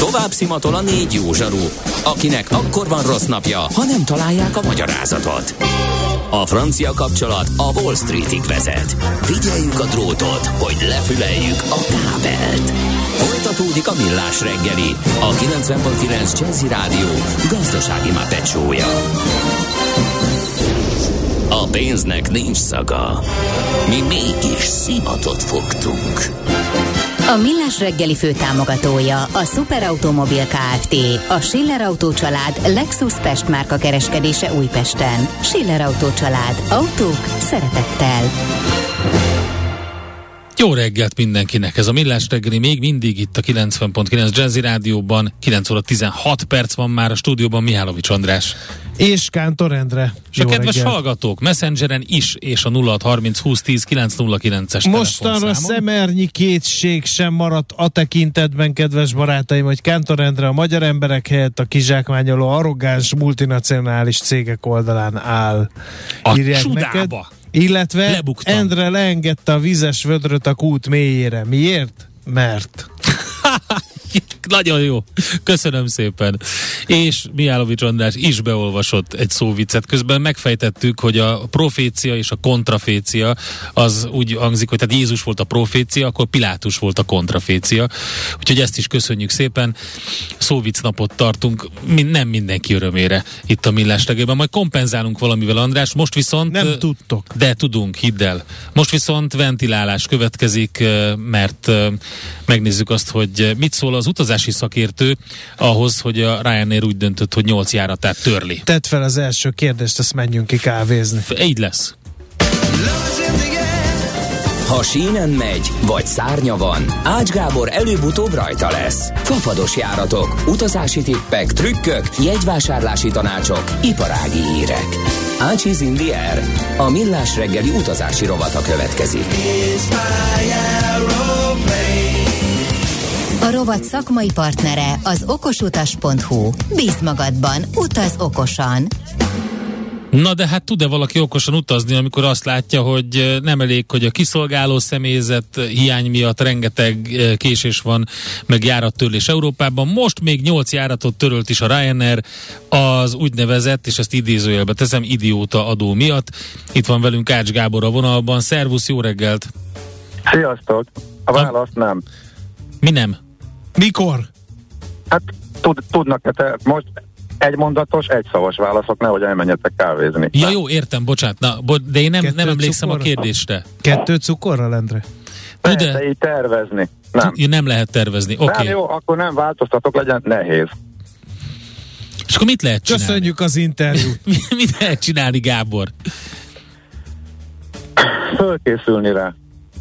Tovább szimatol a 4 jó zsaru, akinek akkor van rossz napja, ha nem találják a magyarázatot. A francia kapcsolat a Wall Streetig vezet. Figyeljük a drótot, hogy lefüleljük a kábelt. Folytatódik a Millás reggeli, a 90.9 Jazzy Rádió gazdasági Muppet show-ja. A pénznek nincs szaga. Mi mégis szimatot fogtunk. A Millás reggeli főtámogatója a Superautomobil Kft. A Schiller Autó család Lexus Pest márka kereskedése Újpesten. Schiller Autó család. Autók szeretettel. Jó reggelt mindenkinek! Ez a Millás reggeli még mindig itt a 90.9 Jazzy Rádióban. 9 óra 16 perc van már a stúdióban. Mihálovics András. És Kántor Endre. És a kedves hallgatók, Messengeren is, és a 0630 20 10 909-es mostanra szemernyi kétség sem maradt a tekintetben, kedves barátaim, hogy Kántor Endre a magyar emberek helyett a kizsákmányoló, arrogáns, multinacionális cégek oldalán áll. A írják csudába! Neked. Illetve Lebuktam. Endre leengedte a vizes vödröt a kút mélyére. Miért? Mert... Nagyon jó. Köszönöm szépen. És Mihálovics András is beolvasott egy szóviccet. Közben megfejtettük, hogy a profécia és a kontrafécia az úgy hangzik, hogy tehát Jézus volt a profécia, akkor Pilátus volt a kontrafécia. Úgyhogy ezt is köszönjük szépen. Szóvic napot tartunk, nem mindenki örömére itt a Millás reggeliben. Majd kompenzálunk valamivel, András. Most viszont... Nem tudtok. De tudunk, hidd el. Most viszont ventilálás következik, mert megnézzük azt, hogy mit szól az utazási szakértő ahhoz, hogy a Ryanair úgy döntött, hogy 8 járatát törli. Tedd fel az első kérdést, azt menjünk ki kávézni. Így lesz. Ha sínen megy, vagy szárnya van, Ács Gábor előbb-utóbb rajta lesz. Fafados járatok, utazási tippek, trükkök, jegyvásárlási tanácsok, iparági hírek. Ácsiz in the air. A Millás reggeli utazási rovata következik. A rovat szakmai partnere az okosutas.hu. Bízd magadban, utaz okosan! Na de hát tud-e valaki okosan utazni, amikor azt látja, hogy nem elég, hogy a kiszolgáló személyzet hiány miatt rengeteg késés van, meg járattörlés Európában. Most még 8 járatot törölt is a Ryanair az úgynevezett, és ezt idézőjelbe teszem, idióta adó miatt. Itt van velünk Ács Gábor a vonalban. Szervusz, jó reggelt! Sziasztok! A választ nem. Mi nem? Mikor? Hát tudnak-e te most egymondatos, egyszavas válaszok, nehogy elmenjetek kávézni. Ja jó, értem, bocsánat, de én nem emlékszem cukorra? a kérdésre. 2 cukorral, Endre? Persze, így tervezni. Nem. Nem lehet tervezni, oké. Okay. Jó, akkor nem változtatok, legyen nehéz. És akkor mit lehet csinálni? Köszönjük az interjút. Mit lehet csinálni, Gábor? Fölkészülni rá.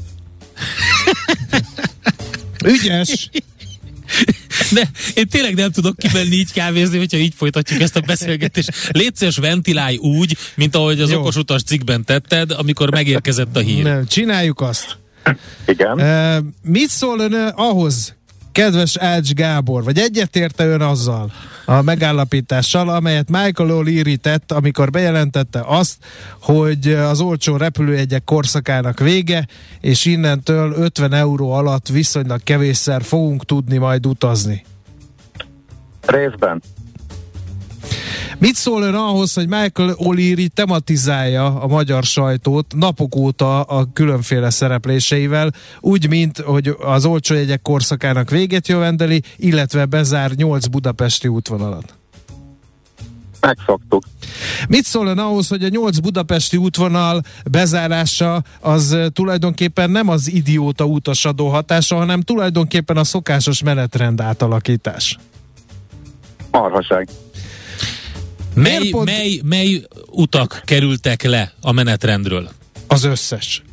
Ügyes! De én tényleg nem tudok kimenni így kávézni, hogyha így folytatjuk ezt a beszélgetést. Légy szíves, ventilálj úgy, mint ahogy az Okos Utas cikkben tetted, amikor megérkezett a hír. Nem, csináljuk azt. Igen. Mit szól ön ahhoz, kedves Ács Gábor, vagy egyetérte ön azzal a megállapítással, amelyet Michael O'Leary tett, amikor bejelentette azt, hogy az olcsó repülőjegyek korszakának vége, és innentől 50 euró alatt viszonylag kevésszer fogunk tudni majd utazni? Részben. Mit szól ön ahhoz, hogy Michael O'Leary tematizálja a magyar sajtót napok óta a különféle szerepléseivel, úgy, mint hogy az olcsó jegyek korszakának véget jövendeli, illetve bezár 8 budapesti útvonalat? Megszoktuk. Mit szól ön ahhoz, hogy a 8 budapesti útvonal bezárása az tulajdonképpen nem az idióta utasadó hatása, hanem tulajdonképpen a szokásos menetrend átalakítás? Marhaság. Mely utak kerültek le a menetrendről? Az összes.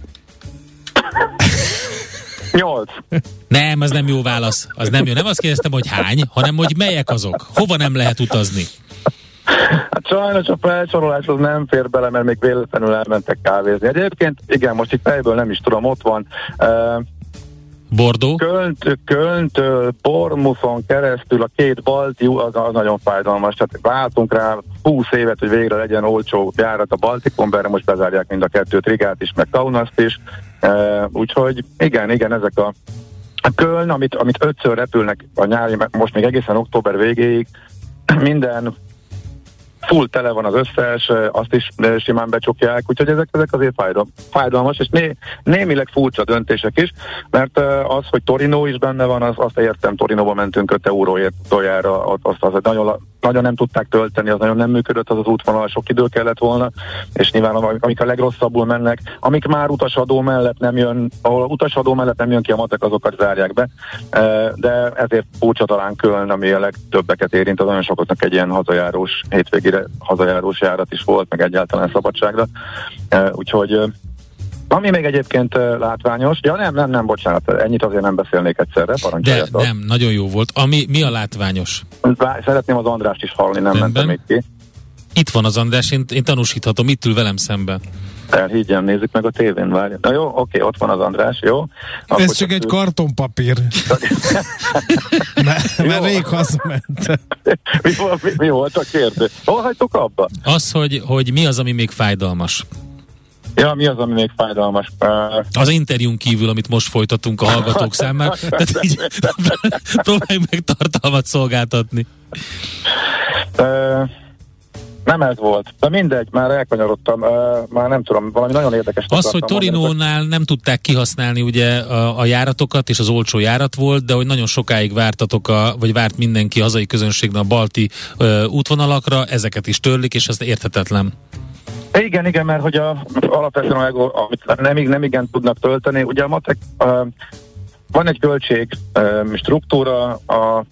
8. Nem, az nem jó válasz. Az nem jó. Nem azt kérdeztem, hogy hány, hanem hogy melyek azok. Hova nem lehet utazni? Hát sajnos a felsorolás az nem fér bele, mert még véletlenül elmentek kávézni. Egyébként, igen, most itt fejből nem is tudom, ott van Bordeaux? Kölntől Bournemouthon keresztül a 2 balti, az nagyon fájdalmas. Tehát váltunk rá 20 évet, hogy végre legyen olcsó járat a Baltikonba, erre most bezárják mind a 2 Rigát is, meg Kaunaszt is. Úgyhogy igen, ezek a Köln, amit 5-ször repülnek a nyári, most még egészen október végéig, minden full tele van az összes, azt is simán becsukják, úgyhogy ezek azért fájdalmas, és némileg furcsa döntések is, mert az, hogy Torino is benne van, azt értem, Torinóba mentünk 5 euróért utoljára, azt nagyon nem tudták tölteni, az nagyon nem működött az útvonal, sok idő kellett volna, és nyilván amik a legrosszabbul mennek, amik már utasadó mellett nem jön, ahol utasadó mellett nem jön ki a matek, azokat zárják be, de ezért furcsa talán Köln, ami a legtöbbeket érint, az nagyon sokaknak egy ilyen hazajárós, hétvégére hazajárós járat is volt, meg egyáltalán szabadságra, úgyhogy ami még egyébként látványos, nem, bocsánat, ennyit azért nem beszélnék egyszerre, parancsoljatok. De nem, nagyon jó volt. Mi a látványos? Szeretném az Andrást is hallani, nem mentem még ki. Itt van az András, én tanúsíthatom, itt ül velem szemben. Elhiggyem, nézzük meg a tévén, várj. Na jó, oké, ott van az András, jó. Akkor ez csak egy kartonpapír. Mert rég hazament. Mi volt a kérdés? Hol hagytuk abba? Az, hogy mi az, ami még fájdalmas. Ja, mi az, ami még fájdalmas? Az interjún kívül, amit most folytatunk a hallgatók számára, tehát így próbáljuk meg tartalmat szolgáltatni. Nem ez volt, de mindegy, már elkanyarodtam, már nem tudom, valami nagyon érdekes. Az, hogy Torinónál nem tudták kihasználni ugye a járatokat, és az olcsó járat volt, de hogy nagyon sokáig vártatok, vagy várt mindenki hazai közönségnek a balti útvonalakra, ezeket is törlik, és ez érthetetlen. Igen, mert hogy alapvetően amit nem igen tudnak tölteni, ugye a matek, van egy költség struktúra,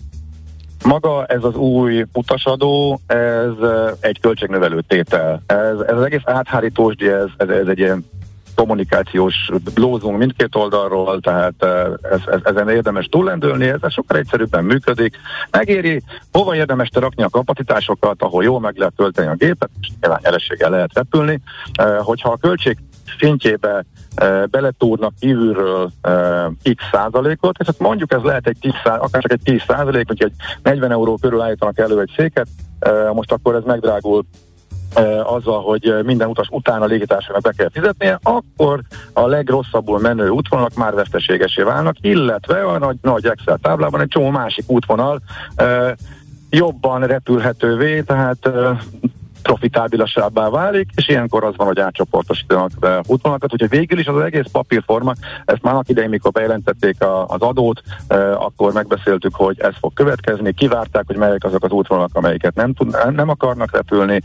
maga ez az új utasadó, ez egy költségnövelő tétel. Ez az egész áthárítósdi, ez egy ilyen kommunikációs lózunk mindkét oldalról, tehát ezen érdemes túllendülni, ez sokkal egyszerűbben működik. Megéri, hova érdemes rakni a kapacitásokat, ahol jól meg lehet tölteni a gépet, és nyilván nyerességgel lehet repülni. Hogyha a költség szintjébe beletúrnak kívülről x százalékot, és mondjuk ez lehet akár csak egy 10%, úgyhogy 40 euró körül állítanak elő egy széket, most akkor ez megdrágul azzal, hogy minden utas után a légitársaságnak be kell fizetnie, akkor a legrosszabbul menő útvonalak már veszteségesé válnak, illetve a nagy Excel táblában egy csomó másik útvonal jobban repülhetővé, tehát profitábilasabbá válik, és ilyenkor az van, hogy átcsoportosítanak útvonalakat, úgyhogy végül is az egész papírforma, ezt már annak idején, mikor bejelentették az adót, akkor megbeszéltük, hogy ez fog következni, kivárták, hogy melyek azok az útvonalak, amelyiket nem akarnak repülni,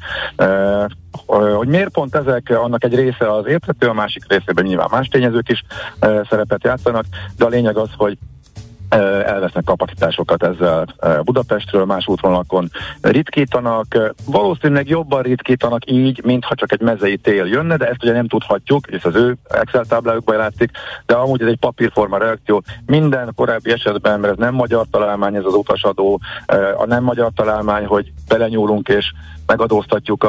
hogy miért pont ezek, annak egy része az érthető, a másik részében nyilván más tényezők is szerepet játszanak, de a lényeg az, hogy elvesznek kapacitásokat ezzel Budapestről, más útvonalakon ritkítanak. Valószínűleg jobban ritkítanak így, mintha csak egy mezei tél jönne, de ezt ugye nem tudhatjuk, és az ő Excel táblájukban látszik, de amúgy ez egy papírforma reakció. Minden korábbi esetben, mert ez nem magyar találmány, ez az utasadó, a nem magyar találmány, hogy belenyúlunk és megadóztatjuk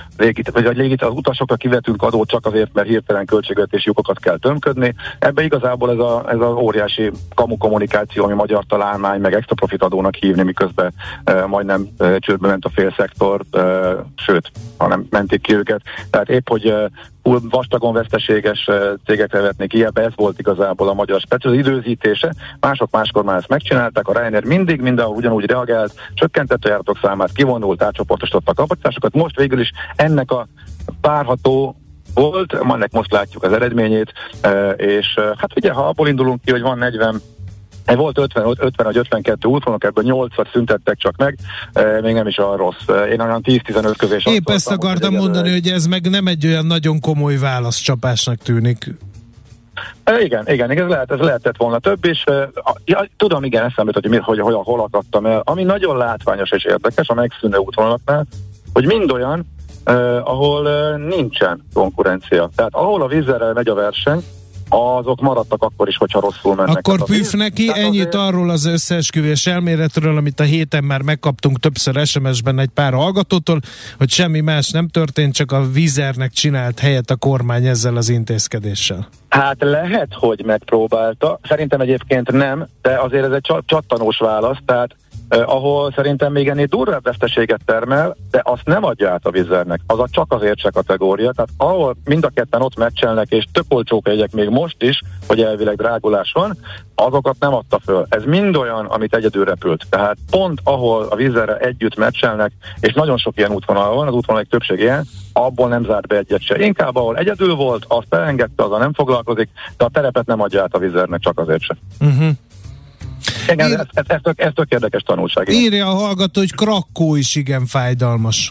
az utasokra kivetünk adót csak azért, mert hirtelen költségvetési lyukokat kell tömködni. Ebbe igazából ez az óriási kamu kommunikáció, ami magyar találmány, meg extra profit adónak hívni, miközben majdnem csődbe ment a félszektor, sőt, hanem mentik ki őket. Tehát épp, hogy vastagon veszteséges cégekre vetnék ki, ebbe ez volt igazából a magyar spec, az időzítése. Mások máskor már ezt megcsinálták, a Ryanair mindig mindenhol ugyanúgy reagált, csökkentette a járatok számát, kivonult, átcsoportosította a kapacitásokat. Most végül is ennek a várható volt, ennek most látjuk az eredményét, és hát ugye, ha abból indulunk ki, hogy van 40, volt 50 vagy 52 útvonalak, ebből 8-at szüntettek csak meg, még nem is olyan rossz. Én olyan 10-15 közé is. Épp ezt akartam mondani, hogy ez meg nem egy olyan nagyon komoly válaszcsapásnak tűnik. Igen, ez lehetett volna több, és tudom, igen, eszembe jutott, hogy hol akadtam el. Ami nagyon látványos és érdekes a megszűnő útvonalaknál, hogy mind olyan, ahol nincsen konkurencia. Tehát ahol a Wizzairrel megy a verseny, azok maradtak akkor is, hogyha rosszul mennek. Akkor püf neki, ennyit arról az összeesküvés elméletről, amit a héten már megkaptunk többször SMS-ben egy pár hallgatótól, hogy semmi más nem történt, csak a Wizzairnek csinált helyet a kormány ezzel az intézkedéssel. Hát lehet, hogy megpróbálta. Szerintem egyébként nem, de azért ez egy csattanós válasz, tehát ahol szerintem még ennél durvább veszteséget termel, de azt nem adja át a Vizernek. Az a csak azért se kategória, tehát ahol mind a ketten ott meccselnek, és tök olcsók egyek még most is, hogy elvileg drágulás van, azokat nem adta föl. Ez mind olyan, amit egyedül repült. Tehát pont ahol a Vizerrel együtt meccselnek, és nagyon sok ilyen útvonal van, az útvonalak többség ilyen, abból nem zárt be egyet se. Inkább ahol egyedül volt, azt elengedte, azzal nem foglalkozik, de a terepet nem adja át a Vizernek csak azért se. Igen, ez tök érdekes tanulság. Írja a hallgató, hogy Krakkó is igen fájdalmas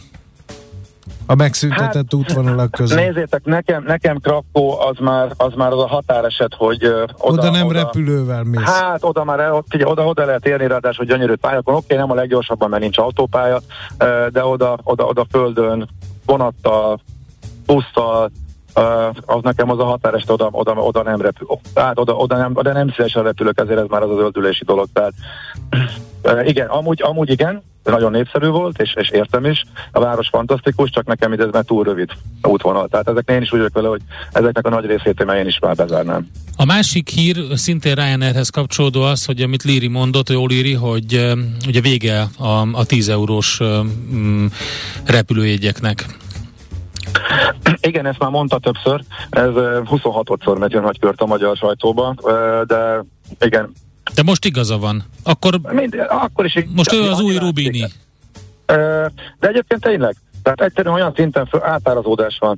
a megszüntetett útvonalak között. Nézzétek, nekem Krakkó az már az a határeset, hogy oda nem repülővel mész. Hát oda már oda lehet érni, ráadásul gyönyörű pályákon. Oké, nem a leggyorsabban, mert nincs autópálya, de oda földön, vonattal, busszal, az nekem az a határeset, oda nem repül. Hát oda nem szívesen repülök, ezért ez már az öldülési dolog. Tehát igen, amúgy igen, nagyon népszerű volt, és értem is. A város fantasztikus, csak nekem ez már túl rövid útvonal. Tehát ezeknek én is úgy vagyok vele, hogy ezeknek a nagy részét én is már bezárnám. A másik hír szintén Ryanairhez kapcsolódó az, hogy amit Líri mondott, jól Líri, hogy ugye vége a 10 eurós repülőjegyeknek. Igen, ezt már mondta többször, ez 26-szor megy nagykört a magyar sajtóba, de igen. De most igaza van. Akkor is most ő az új Rubini. De egyébként tényleg, tehát egyszerűen olyan szinten átárazódás van.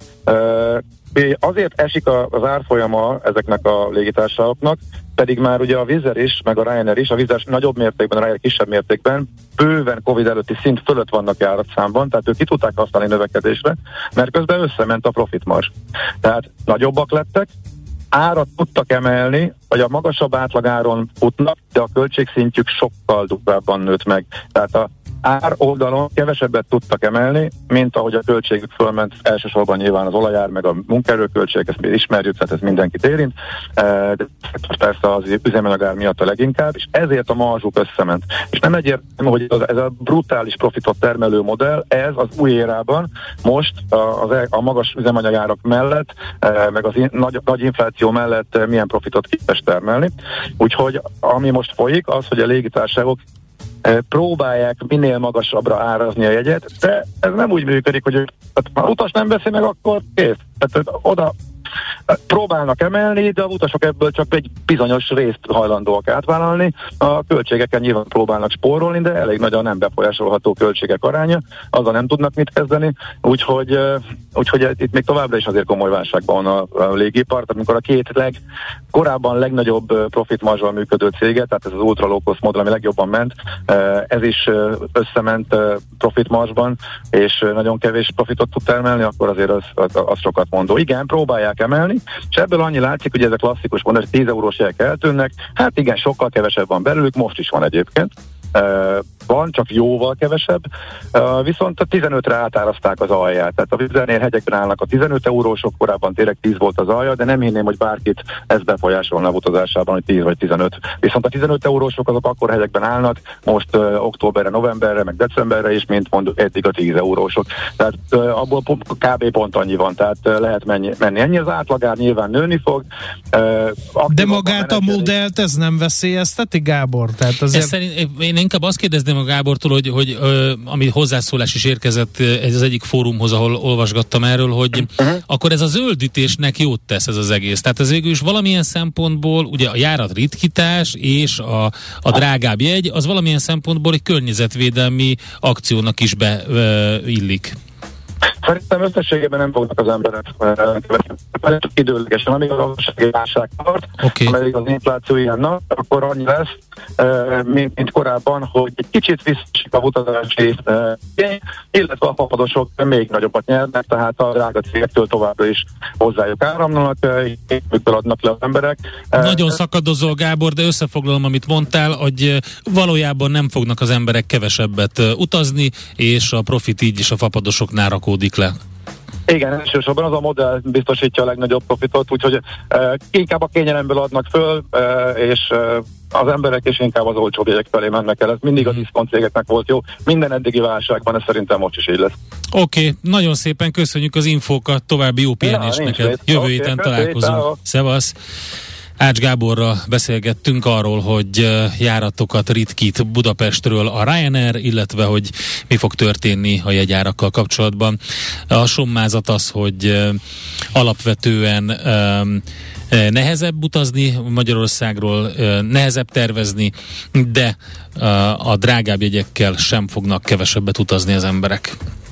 Azért esik az árfolyama ezeknek a légitársaságoknak, pedig már ugye a Wizz is, meg a Ryanair is, a Wizz nagyobb mértékben, a Ryanair kisebb mértékben, bőven Covid előtti szint fölött vannak járatszámban, tehát ők ki tudták használni növekedésre, mert közben összement a profitmars. Tehát nagyobbak lettek, árat tudtak emelni, vagy a magasabb átlagáron futnak, de a költségszintjük sokkal durvábban nőtt meg. Tehát a ár oldalon kevesebbet tudtak emelni, mint ahogy a költségük fölment, elsősorban nyilván az olajár, meg a munkaerőköltség, ezt mi ismerjük, tehát ez mindenkit érint, de persze az üzemanyagár miatt a leginkább, és ezért a marzsuk összement. És nem egyértelmű, hogy ez a brutális profitot termelő modell, ez az új érában most a magas üzemanyagárak mellett, meg az nagy infláció mellett milyen profitot képes termelni. Úgyhogy ami most folyik, az, hogy a légitársaságok próbálják minél magasabbra árazni a jegyet, de ez nem úgy működik, hogy ha utas nem veszi meg, akkor kész. Tehát oda próbálnak emelni, de a utasok ebből csak egy bizonyos részt hajlandóak átvállalni. A költségeken nyilván próbálnak spórolni, de elég nagy a nem befolyásolható költségek aránya, azzal nem tudnak mit kezdeni, úgyhogy itt még továbbra is azért komoly válságban van a légipar, tehát amikor a két korábban legnagyobb profitmarzsal működő cége, tehát ez az ultra low cost modell, ami legjobban ment, ez is összement profitmarzsban, és nagyon kevés profitot tud termelni, akkor azért az sokat mondó. Igen, próbálják emelni, és ebből annyi látszik, hogy ezek klasszikus mondani, hogy 10 eurós jegyek eltűnnek, hát igen, sokkal kevesebb van belőlük, most is van egyébként. Van, csak jóval kevesebb, viszont a 15-re átárazták az alját. Tehát a Wizzernél hegyekben állnak a 15 eurósok, korábban tényleg 10 volt az alja, de nem hinném, hogy bárkit ez befolyásolna a utazásában, hogy 10 vagy 15. Viszont a 15 eurósok azok akkor hegyekben állnak, most októberre, novemberre, meg decemberre is, mint mondjuk eddig a 10 eurósok. Tehát abból kb. Pont annyi van, tehát lehet menni. Ennyi az átlagár, nyilván nőni fog. De magát a modellt ez nem veszélyezteti, Gábor? Tehát azért... Én inkább azt kérdezném a Gábortól, hogy ami hozzászólás is érkezett ez az egyik fórumhoz, ahol olvasgattam erről, hogy akkor ez a zöldítésnek jót tesz ez az egész. Tehát ez végül is valamilyen szempontból, ugye a járat ritkítás és a drágább jegy, az valamilyen szempontból egy környezetvédelmi akciónak is beillik. Szerintem összességében nem fognak az emberek időlegesen, amíg a gazdasági válság tart, amíg az infláció ilyen akkor annyi lesz, mint korábban, hogy egy kicsit visszasik a utazási igény, illetve a fapadosok még nagyobbat nyernek, tehát a drága cégektől továbbra is hozzájuk áramlanak, évből adnak le az emberek. Nagyon szakadozol, Gábor, de összefoglalom, amit mondtál, hogy valójában nem fognak az emberek kevesebbet utazni, és a profit így is a fapadosoknál rakódik le. Igen, elsősorban az a modell biztosítja a legnagyobb profitot, úgyhogy inkább a kényelemből adnak föl, és az emberek is inkább az olcsóbb jegyek felé mennek el. Ez mindig a diszkont cégeknek volt jó. Minden eddigi válságban, ez szerintem most is így lesz. Oké, nagyon szépen köszönjük az infókat, további jó pihenést neked. Jövő héten találkozunk. Szevasz! Ács Gáborral beszélgettünk arról, hogy járatokat ritkít Budapestről a Ryanair, illetve hogy mi fog történni a jegyárakkal kapcsolatban. A sommázat az, hogy alapvetően nehezebb utazni Magyarországról, nehezebb tervezni, de a drágább jegyekkel sem fognak kevesebbet utazni az emberek.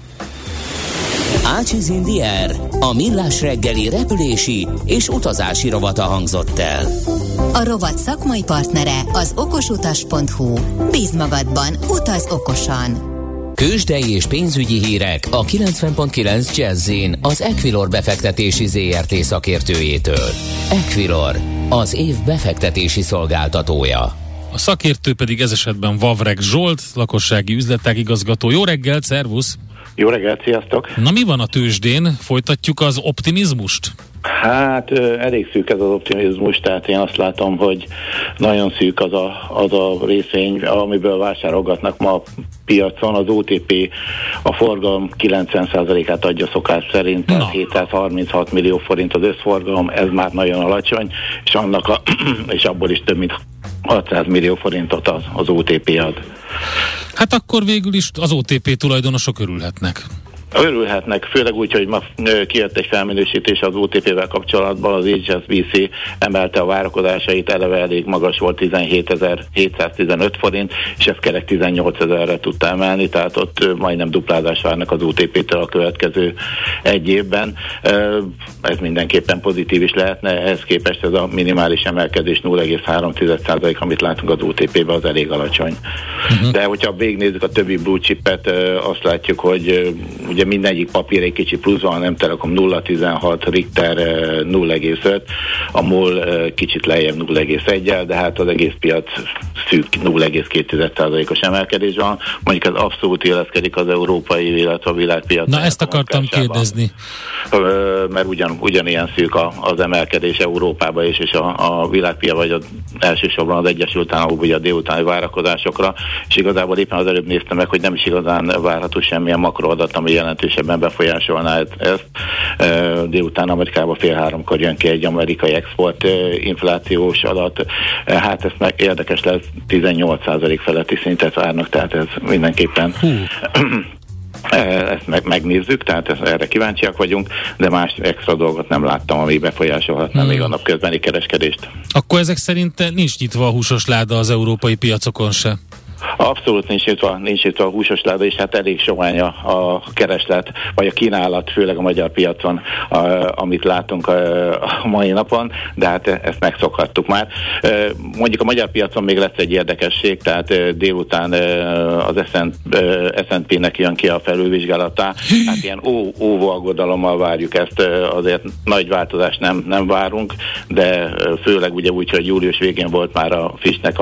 Ácsiz Indiér, a millás reggeli repülési és utazási rovata hangzott el. A rovat szakmai partnere az okosutas.hu. Bízz magadban, utaz okosan! Kősdei és pénzügyi hírek a 90.9 Jazz-in az Equilor befektetési ZRT szakértőjétől. Equilor, az év befektetési szolgáltatója. A szakértő pedig ez esetben Vavreg Zsolt, lakossági üzletág igazgató. Jó reggelt, szervusz! Jó reggelt, sziasztok! Na mi van a tőzsdén? Folytatjuk az optimizmust? Hát elég szűk ez az optimizmus, tehát én azt látom, hogy nagyon szűk az a részvény, amiből vásárolgatnak ma a piacon. Az OTP a forgalom 90%-át adja szokás szerint, tehát 736 millió forint az összforgalom, ez már nagyon alacsony, és abból is több mint 600 millió forintot az OTP ad. Hát akkor végül is az OTP tulajdonosok örülhetnek. Örülhetnek, főleg úgy, hogy ma kijött egy felminősítés az OTP-vel kapcsolatban, az HSBC emelte a várakozásait, eleve elég magas volt, 17.715 forint, és ezt kerek 18.000-re tudta emelni, tehát ott majdnem duplázás várnak az OTP-től a következő egy évben. Ez mindenképpen pozitív is lehetne, ehhez képest ez a minimális emelkedés 0,3%, amit látunk az OTP-ben, az elég alacsony. De hogyha végignézzük a többi blue chipet, azt látjuk, hogy ugye mindegyik papír egy kicsi plusz van, nem Telekom 0,16, Richter 0,5, a MOL kicsit lejjebb 0,1-el, de hát az egész piac szűk 0,2%-os emelkedés van. Mondjuk ez abszolút illeszkedik az európai, illetve a világpiac. Na ezt akartam kérdezni. Mert ugyanilyen szűk az emelkedés Európában is, és a világpiac, vagy elsősorban az Egyesült Államok, ugye a délutáni várakozásokra, és igazából éppen az előbb néztem meg, hogy nem is igazán várható semmilyen makroadat, ami jelentősebben befolyásolná ezt. Délután Amerikában 2:30-kor jön ki egy amerikai export inflációs adat. Hát ez meg érdekes lesz, 18% feletti szintet várnak, tehát ez mindenképpen ezt megnézzük, tehát erre kíváncsiak vagyunk, de más extra dolgot nem láttam, ami befolyásolhatná még a napközbeni kereskedést. Akkor ezek szerint nincs nyitva a húsos láda az európai piacokon se? Abszolút nincs nyitva a húsos láda, és hát elég sovány a kereslet, vagy a kínálat, főleg a magyar piacon, amit látunk a mai napon, de hát ezt megszokhattuk már. Mondjuk a magyar piacon még lesz egy érdekesség, tehát délután az S&P-nek jön ki a felülvizsgálata, hát ilyen óvó aggodalommal várjuk ezt, azért nagy változást nem várunk, de főleg ugye úgy, hogy július végén volt már a Fitchnek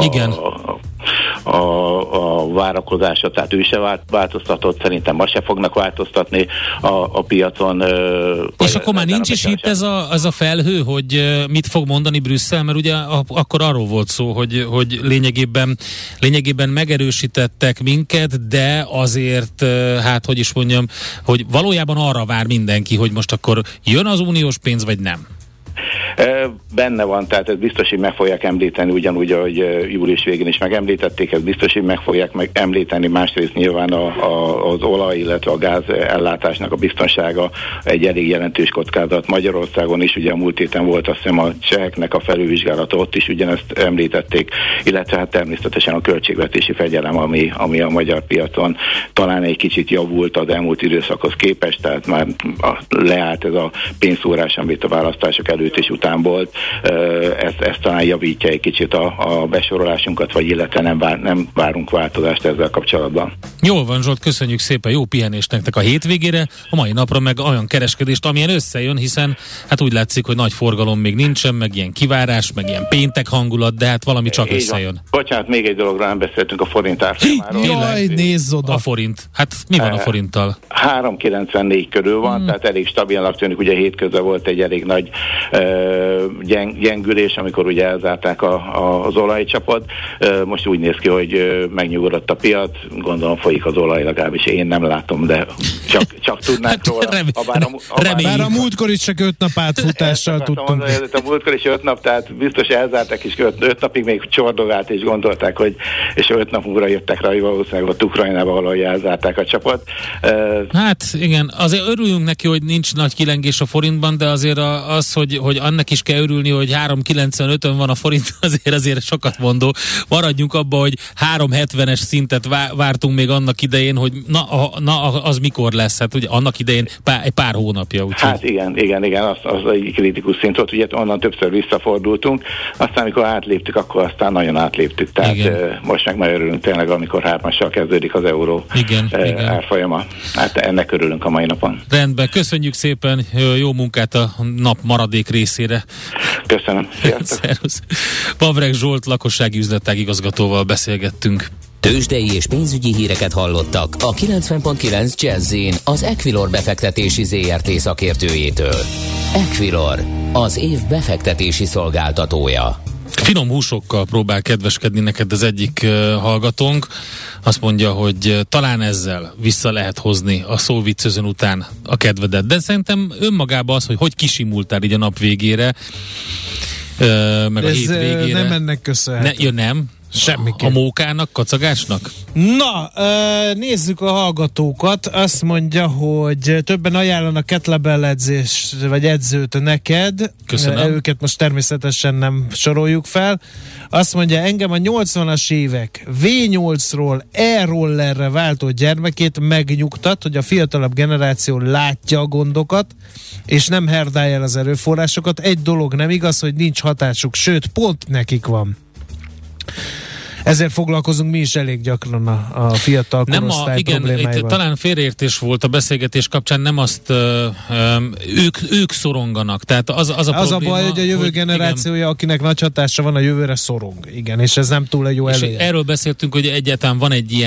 a várakozása, tehát ő se változtatott, szerintem ma se fognak változtatni a piacon. És akkor már nincs is itt ez a felhő, hogy mit fog mondani Brüsszel, mert ugye akkor arról volt szó, hogy lényegében megerősítettek minket, de azért, hát hogy is mondjam, hogy valójában arra vár mindenki, hogy most akkor jön az uniós pénz, vagy nem? Benne van, tehát ez biztos, hogy meg fogják említeni, ugyanúgy, ahogy július végén is megemlítették, ez biztos, hogy meg fogják említeni, másrészt nyilván az olaj, illetve a gáz ellátásnak a biztonsága egy elég jelentős kockázat. Magyarországon is, ugye a múlt héten volt azt hiszem a cseheknek a felülvizsgálata, ott is ugyanezt említették, illetve hát természetesen a költségvetési fegyelem, ami a magyar piacon talán egy kicsit javult az elmúlt időszakhoz képest, tehát már leállt ez a pénzszórás, amit a választások előtt és után volt, ezt talán javítja egy kicsit a besorolásunkat, vagy illetve nem várunk változást ezzel kapcsolatban. Jól van, Zsolt, köszönjük szépen, jó pihenést nektek a hétvégére, a mai napra meg olyan kereskedést, amilyen összejön, hiszen hát úgy látszik, hogy nagy forgalom még nincsen, meg ilyen kivárás, meg ilyen péntek hangulat, de hát valami csak összejön. Bocsánat, még egy dologra nem beszéltünk, a forint árfolyamáról. Jaj, nézz oda! A forint. Hát mi van a forinttal? 3,94 körül van, tehát elég stabilan tűnik, ugye hétközben volt egy elég nagy gyengülés, amikor ugye elzárták az olajcsapot. Most úgy néz ki, hogy megnyugodott a piac, gondolom folyik az olaj, legalábbis én nem látom, de csak tudnánk róla. Bár a múltkor is csak 5 nap átfutással tudtunk. A múltkor is 5 nap, tehát biztos elzárták, és 5 napig még csordogált, és gondolták, hogy és 5 nap múlva jöttek rá, hogy valószínűleg ott Ukrajnába valahogy elzárták a csapot. Hát igen, azért örüljünk neki, hogy nincs nagy kilengés a forintban, de azért az, hogy annak is kell örülni, hogy 3,95-ön van a forint, azért sokat mondó. Maradjunk abba, hogy 3,70-es szintet vártunk még annak idején, hogy az mikor lesz? Hát ugye annak idején egy pár hónapja. Úgyhogy. Hát igen, az egy kritikus szint volt, ugye onnan többször visszafordultunk, aztán amikor átléptük, akkor aztán nagyon átléptük. Tehát most meg nagyon örülünk tényleg, amikor 3-assal kezdődik az euró árfolyama. Hát ennek örülünk a mai napon. Rendben, köszönjük szépen, jó munkát a nap maradék részére. Köszönöm. Szervusz. Pavreg Zsolt lakossági üzletág igazgatóval beszélgettünk. Tőzsdei és pénzügyi híreket hallottak a 90.9 Jazz-in az Equilor befektetési ZRT szakértőjétől. Equilor, az év befektetési szolgáltatója. Finom húsokkal próbál kedveskedni neked az egyik hallgatónk. Azt mondja, hogy talán ezzel vissza lehet hozni a szóviccözön után a kedvedet. De szerintem önmagában az, hogy kisimultál így a nap végére, meg a hét végére. Nem ennek köszönhető. Nem? Semmiképp. A mókának, kacagásnak? Na, nézzük a hallgatókat. Azt mondja, hogy többen ajánlanak kettlebell edzés, vagy edzőt neked. Köszönöm. Őket most természetesen nem soroljuk fel. Azt mondja, engem a 80-as évek V8-ról e-rollerre váltott gyermekét megnyugtat, hogy a fiatalabb generáció látja a gondokat, és nem herdálja el az erőforrásokat. Egy dolog nem igaz, hogy nincs hatásuk, sőt, pont nekik van. Ezért foglalkozunk mi is elég gyakran a fiatal korosztály problémáival. Talán félreértés volt a beszélgetés kapcsán, nem azt ők szoronganak. Tehát az a probléma, a baj, hogy a jövő generációja, igen, akinek nagy hatása van, a jövőre szorong. Igen, és ez nem túl egy jó előjel. Erről beszéltünk, hogy egyáltalán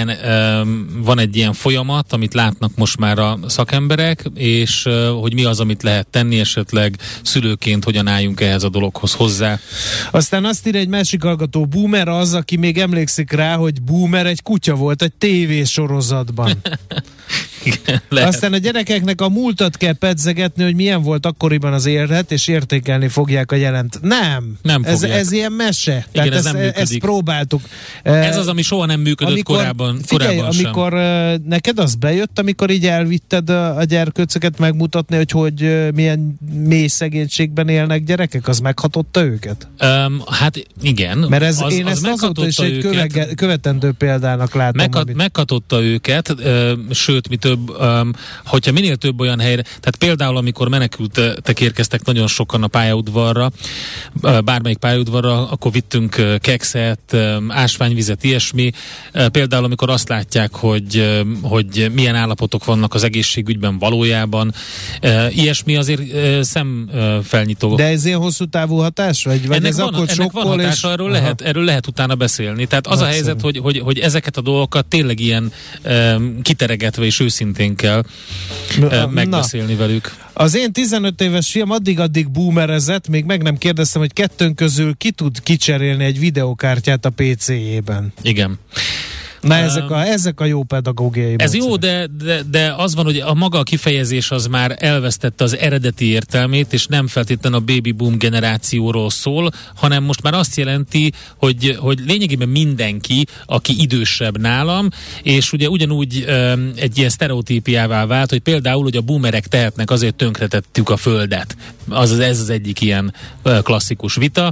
van egy ilyen folyamat, amit látnak most már a szakemberek, és hogy mi az, amit lehet tenni, esetleg szülőként hogyan álljunk ehhez a dologhoz hozzá. Aztán azt írja egy másik hallgató, boomer az, aki még emlékszik rá, hogy Boomer egy kutya volt egy tévésorozatban. Igen, aztán a gyerekeknek a múltat kell pedzegetni, hogy milyen volt akkoriban az élet, és értékelni fogják a jelent. Nem ez ilyen mese. Igen, tehát ezt próbáltuk. Ez az, ami soha nem működött korábban sem. Amikor neked az bejött, amikor így elvitted a gyerkőcöket megmutatni, hogy milyen mély szegénységben élnek gyerekek, az meghatotta őket? Hát igen. Mert én ezt azóta is egy követendő példának látom. Meghatotta őket, sőt, mi több, hogyha minél több olyan helyre, tehát például amikor menekültek érkeztek nagyon sokan a pályaudvarra, bármelyik pályaudvarra, akkor vittünk kekszet, ásványvizet, ilyesmi. Például amikor azt látják, hogy milyen állapotok vannak az egészségügyben valójában, ilyesmi azért szemfelnyitó. De ez ilyen hosszú távú hatás? Vagy ennek van hatása, erről lehet utána beszélni. Tehát az a helyzet, hogy ezeket a dolgokat tényleg ilyen kiteregetve és őszintén kell megbeszélni velük. Az én 15 éves fiam addig boomerezett, még meg nem kérdeztem, hogy kettőnk közül ki tud kicserélni egy videokártyát a PC-jében. Igen. Na ezek a jó pedagógiai ez módszerek. Jó, de az van, hogy a maga a kifejezés az már elvesztette az eredeti értelmét, és nem feltétlenül a baby boom generációról szól, hanem most már azt jelenti, hogy lényegében mindenki, aki idősebb nálam, és ugye ugyanúgy egy ilyen sztereotípiává vált, hogy például, hogy a boomerek tehetnek, azért tönkretettük a földet. Ez az egyik ilyen klasszikus vita.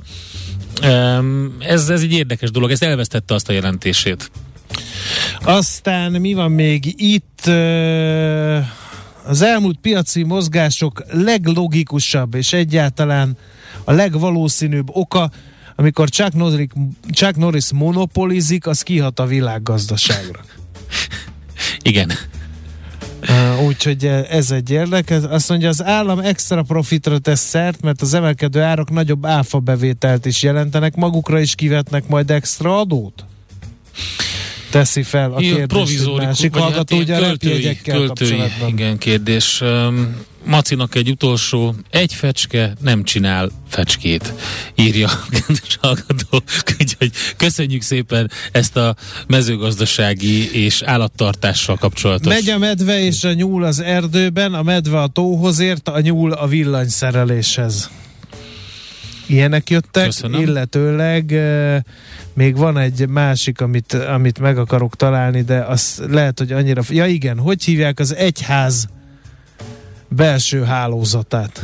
Ez egy érdekes dolog, ez elvesztette azt a jelentését. Aztán mi van még itt? Az elmúlt piaci mozgások leglogikusabb és egyáltalán a legvalószínűbb oka, amikor Chuck Norris monopolizik, az kihat a világgazdaságra. Igen. Úgyhogy ez egy érdekes. Azt mondja, az állam extra profitra tesz szert, mert az emelkedő árak nagyobb áfa bevételt is jelentenek, magukra is kivetnek majd extra adót? Teszi fel a kérdést. Provizórikus, másik hallgató, ugye a repjegyekkel kapcsolatban. Igen, kérdés. Macinak egy utolsó, egy fecske nem csinál fecskét, írja a kedves hallgató. Úgyhogy köszönjük szépen ezt a mezőgazdasági és állattartással kapcsolatos. Megy a medve és a nyúl az erdőben, a medve a tóhoz ért, a nyúl a villanyszereléshez. Ilyenek jöttek, köszönöm. Illetőleg még van egy másik, amit meg akarok találni, de az lehet, hogy annyira... Ja igen, hogy hívják az egyház belső hálózatát?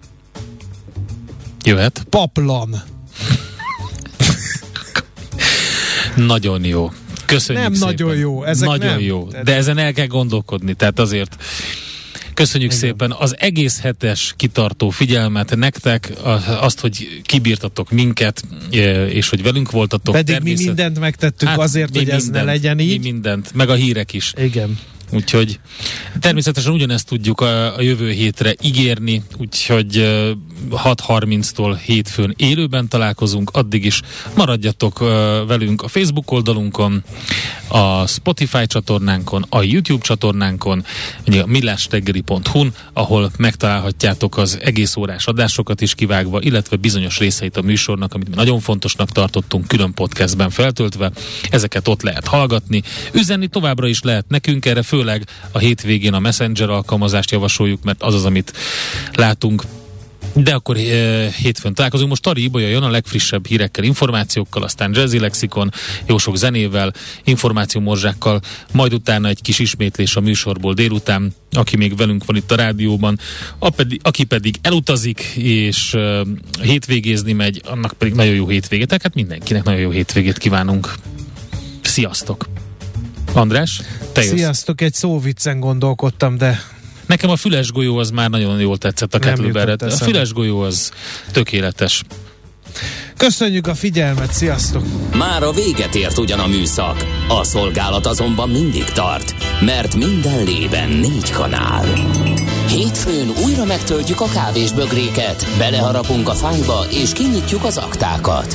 Jöhet. Paplan. Nagyon jó. Köszönjük nem szépen. Nagyon jó. Ezek nagyon nem. jó. De ezen el kell gondolkodni, tehát azért köszönjük igen. szépen az egész hetes kitartó figyelmet nektek, azt, hogy kibírtatok minket, és hogy velünk voltatok. Pedig mi mindent megtettünk azért, hogy ez ne legyen így. Mi mindent, meg a hírek is. Igen. Úgyhogy természetesen ugyanezt tudjuk a jövő hétre ígérni, úgyhogy 6:30-tól hétfőn élőben találkozunk, addig is maradjatok velünk a Facebook oldalunkon, a Spotify csatornánkon, a YouTube csatornánkon, a millásreggeli.hu-n, ahol megtalálhatjátok az egész órás adásokat is kivágva, illetve bizonyos részeit a műsornak, amit nagyon fontosnak tartottunk, külön podcastben feltöltve. Ezeket ott lehet hallgatni. Üzenni továbbra is lehet nekünk, erre főleg a hétvégén a Messenger alkalmazást javasoljuk, mert az az, amit látunk. De akkor hétfőn találkozunk. Most Tari Ibolya jön a legfrissebb hírekkel, információkkal, aztán Jazzy Lexikon, jó sok zenével, információmorzsákkal, majd utána egy kis ismétlés a műsorból délután, aki még velünk van itt a rádióban, aki pedig elutazik, és hétvégézni megy, annak pedig nagyon jó hétvégét. Hát mindenkinek nagyon jó hétvégét kívánunk. Sziasztok! András, te jössz. Sziasztok, egy szóviccen gondolkodtam, de... Nekem a füles golyó az már nagyon jól tetszett, a Kettlebell-et. A füles golyó az tökéletes. Köszönjük a figyelmet, sziasztok! Már a véget ért ugyan a műszak, a szolgálat azonban mindig tart, mert minden lében 4 kanál. Hétfőn újra megtöltjük a kávésbögréket, beleharapunk a fányba és kinyitjuk az aktákat.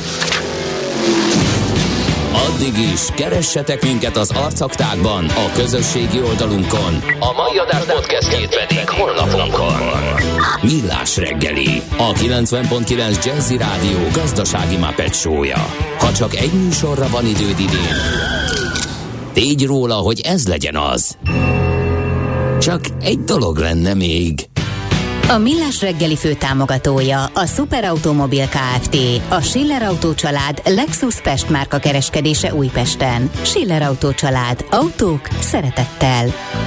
Addig is keressetek minket az arcaktákban, a közösségi oldalunkon. A mai adás podcastjét pedig honlapunkon. Millás reggeli, a 90.9 Jazzy Rádió gazdasági Muppet show-ja. Ha csak egy műsorra van időd idén, tégy róla, hogy ez legyen az. Csak egy dolog lenne még. A Millás reggeli főtámogatója a Superautomobil Kft. A Schiller Autó család Lexus Pest márka kereskedése Újpesten. Schiller Autó család. Autók szeretettel.